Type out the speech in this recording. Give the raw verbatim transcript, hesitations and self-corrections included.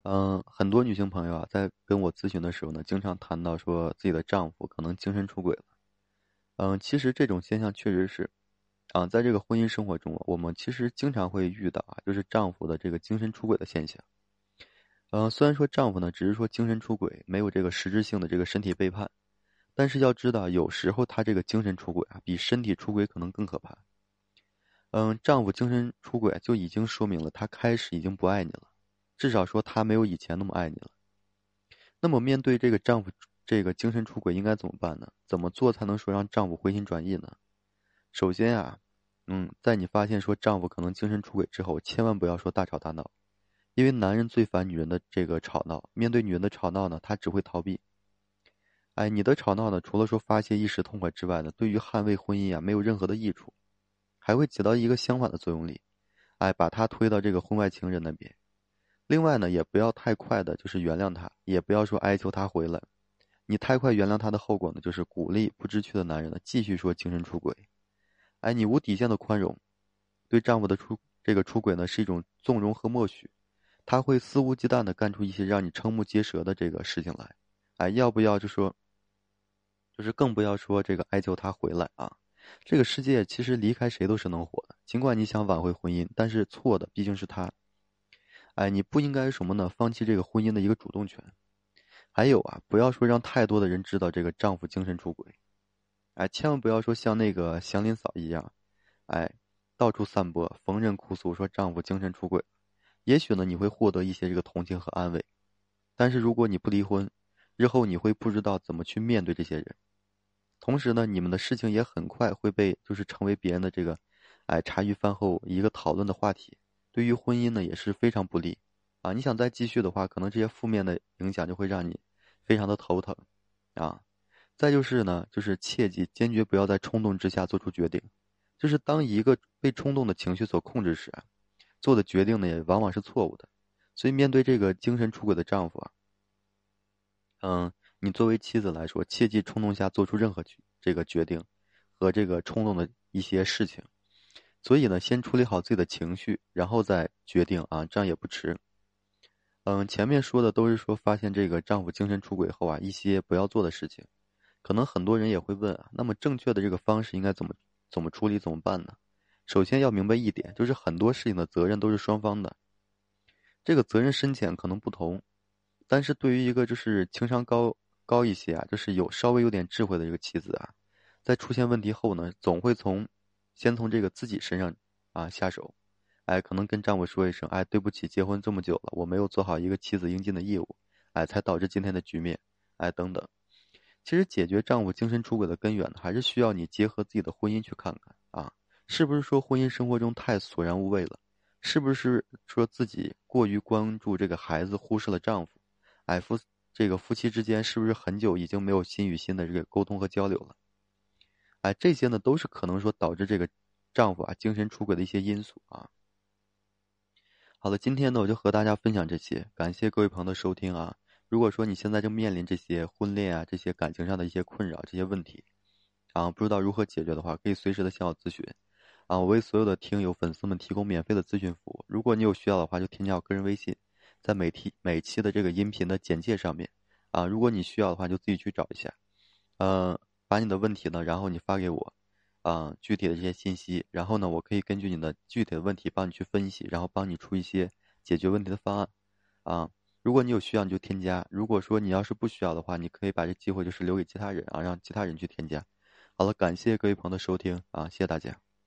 嗯，很多女性朋友啊，在跟我咨询的时候呢，经常谈到说自己的丈夫可能精神出轨了。嗯，其实这种现象确实是，啊，在这个婚姻生活中啊，我们其实经常会遇到啊，就是丈夫的这个精神出轨的现象。嗯，虽然说丈夫呢只是说精神出轨，没有这个实质性的这个身体背叛，但是要知道，有时候他这个精神出轨啊，比身体出轨可能更可怕。嗯，丈夫精神出轨就已经说明了他开始已经不爱你了，至少说他没有以前那么爱你了。那么面对这个丈夫这个精神出轨应该怎么办呢？怎么做才能说让丈夫回心转意呢？首先啊，嗯，在你发现说丈夫可能精神出轨之后，千万不要说大吵大闹，因为男人最烦女人的这个吵闹。面对女人的吵闹呢，他只会逃避。哎，你的吵闹呢，除了说发泄一时痛快之外呢，对于捍卫婚姻啊没有任何的益处，还会起到一个相反的作用力。哎，把他推到这个婚外情人那边。另外呢，也不要太快的，就是原谅他，也不要说哀求他回来。你太快原谅他的后果呢，就是鼓励不知趣的男人呢继续说精神出轨。哎，你无底线的宽容，对丈夫的出这个出轨呢是一种纵容和默许，他会肆无忌惮的干出一些让你瞠目结舌的这个事情来。哎，要不要就说，就是更不要说这个哀求他回来啊。这个世界其实离开谁都是能活的，尽管你想挽回婚姻，但是错的毕竟是他。哎，你不应该什么呢？放弃这个婚姻的一个主动权。还有啊，不要说让太多的人知道这个丈夫精神出轨。哎，千万不要说像那个祥林嫂一样，哎，到处散播，逢人哭诉说丈夫精神出轨。也许呢，你会获得一些这个同情和安慰，但是如果你不离婚，日后你会不知道怎么去面对这些人。同时呢，你们的事情也很快会被就是成为别人的这个，哎，茶余饭后一个讨论的话题，对于婚姻呢也是非常不利。啊，你想再继续的话，可能这些负面的影响就会让你非常的头疼。啊，再就是呢，就是切记坚决不要在冲动之下做出决定，就是当一个被冲动的情绪所控制时啊，做的决定呢也往往是错误的。所以面对这个精神出轨的丈夫啊，嗯，你作为妻子来说，切忌冲动下做出任何决这个决定和这个冲动的一些事情。所以呢，先处理好自己的情绪，然后再决定啊，这样也不迟。嗯，前面说的都是说发现这个丈夫精神出轨后啊，一些不要做的事情。可能很多人也会问啊，那么正确的这个方式应该怎么怎么处理怎么办呢？首先要明白一点，就是很多事情的责任都是双方的，这个责任深浅可能不同，但是对于一个就是情商高高一些啊，就是有稍微有点智慧的这个妻子啊，在出现问题后呢，总会从先从这个自己身上啊下手。哎，可能跟丈夫说一声，哎，对不起，结婚这么久了，我没有做好一个妻子应尽的义务，哎，才导致今天的局面，哎，等等。其实解决丈夫精神出轨的根源呢，还是需要你结合自己的婚姻去看看啊，是不是说婚姻生活中太索然无味了？是不是说自己过于关注这个孩子，忽视了丈夫？哎，夫这个夫妻之间是不是很久已经没有心与心的这个沟通和交流了？哎，这些呢都是可能说导致这个丈夫啊精神出轨的一些因素啊。好了，今天呢我就和大家分享这些，感谢各位朋友的收听啊。如果说你现在正面临这些婚恋啊、这些感情上的一些困扰、这些问题啊，不知道如何解决的话，可以随时的向我咨询啊。我为所有的听友粉丝们提供免费的咨询服务，如果你有需要的话，就添加我个人微信，在每期每期的这个音频的简介上面啊。如果你需要的话，就自己去找一下，呃，把你的问题呢，然后你发给我。啊，具体的这些信息，然后呢，我可以根据你的具体的问题帮你去分析，然后帮你出一些解决问题的方案。啊，如果你有需要你就添加，如果说你要是不需要的话，你可以把这机会就是留给其他人啊，让其他人去添加。好了，感谢各位朋友的收听啊，谢谢大家。